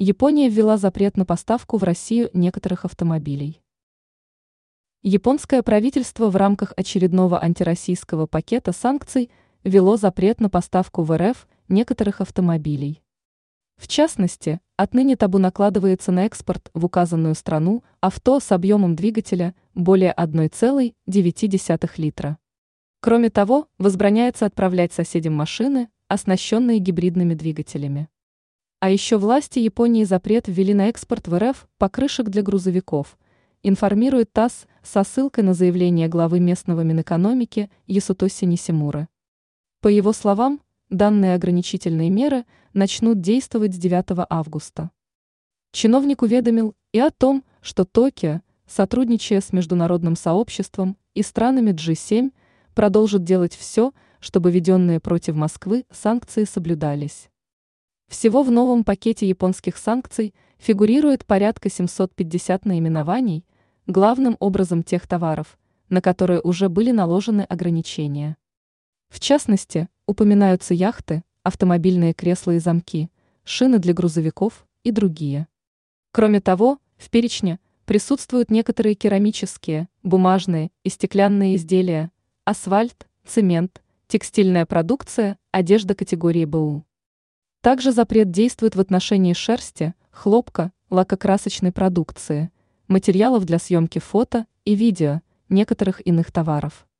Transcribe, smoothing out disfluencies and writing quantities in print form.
Япония ввела запрет на поставку в Россию некоторых автомобилей. Японское правительство в рамках очередного антироссийского пакета санкций ввело запрет на поставку в РФ некоторых автомобилей. В частности, отныне табу накладывается на экспорт в указанную страну авто с объемом двигателя более 1,9 литра. Кроме того, возбраняется отправлять соседям машины, оснащенные гибридными двигателями. А еще власти Японии запрет ввели на экспорт в РФ покрышек для грузовиков, информирует ТАСС со ссылкой на заявление главы местного Минэкономики Ясутоси Нисимуры. По его словам, данные ограничительные меры начнут действовать с 9 августа. Чиновник уведомил и о том, что Токио, сотрудничая с международным сообществом и странами G7, продолжит делать все, чтобы введенные против Москвы санкции соблюдались. Всего в новом пакете японских санкций фигурирует порядка 750 наименований, главным образом тех товаров, на которые уже были наложены ограничения. В частности, упоминаются яхты, автомобильные кресла и замки, шины для грузовиков и другие. Кроме того, в перечне присутствуют некоторые керамические, бумажные и стеклянные изделия, асфальт, цемент, текстильная продукция, одежда категории БУ. Также запрет действует в отношении шерсти, хлопка, лакокрасочной продукции, материалов для съемки фото и видео, некоторых иных товаров.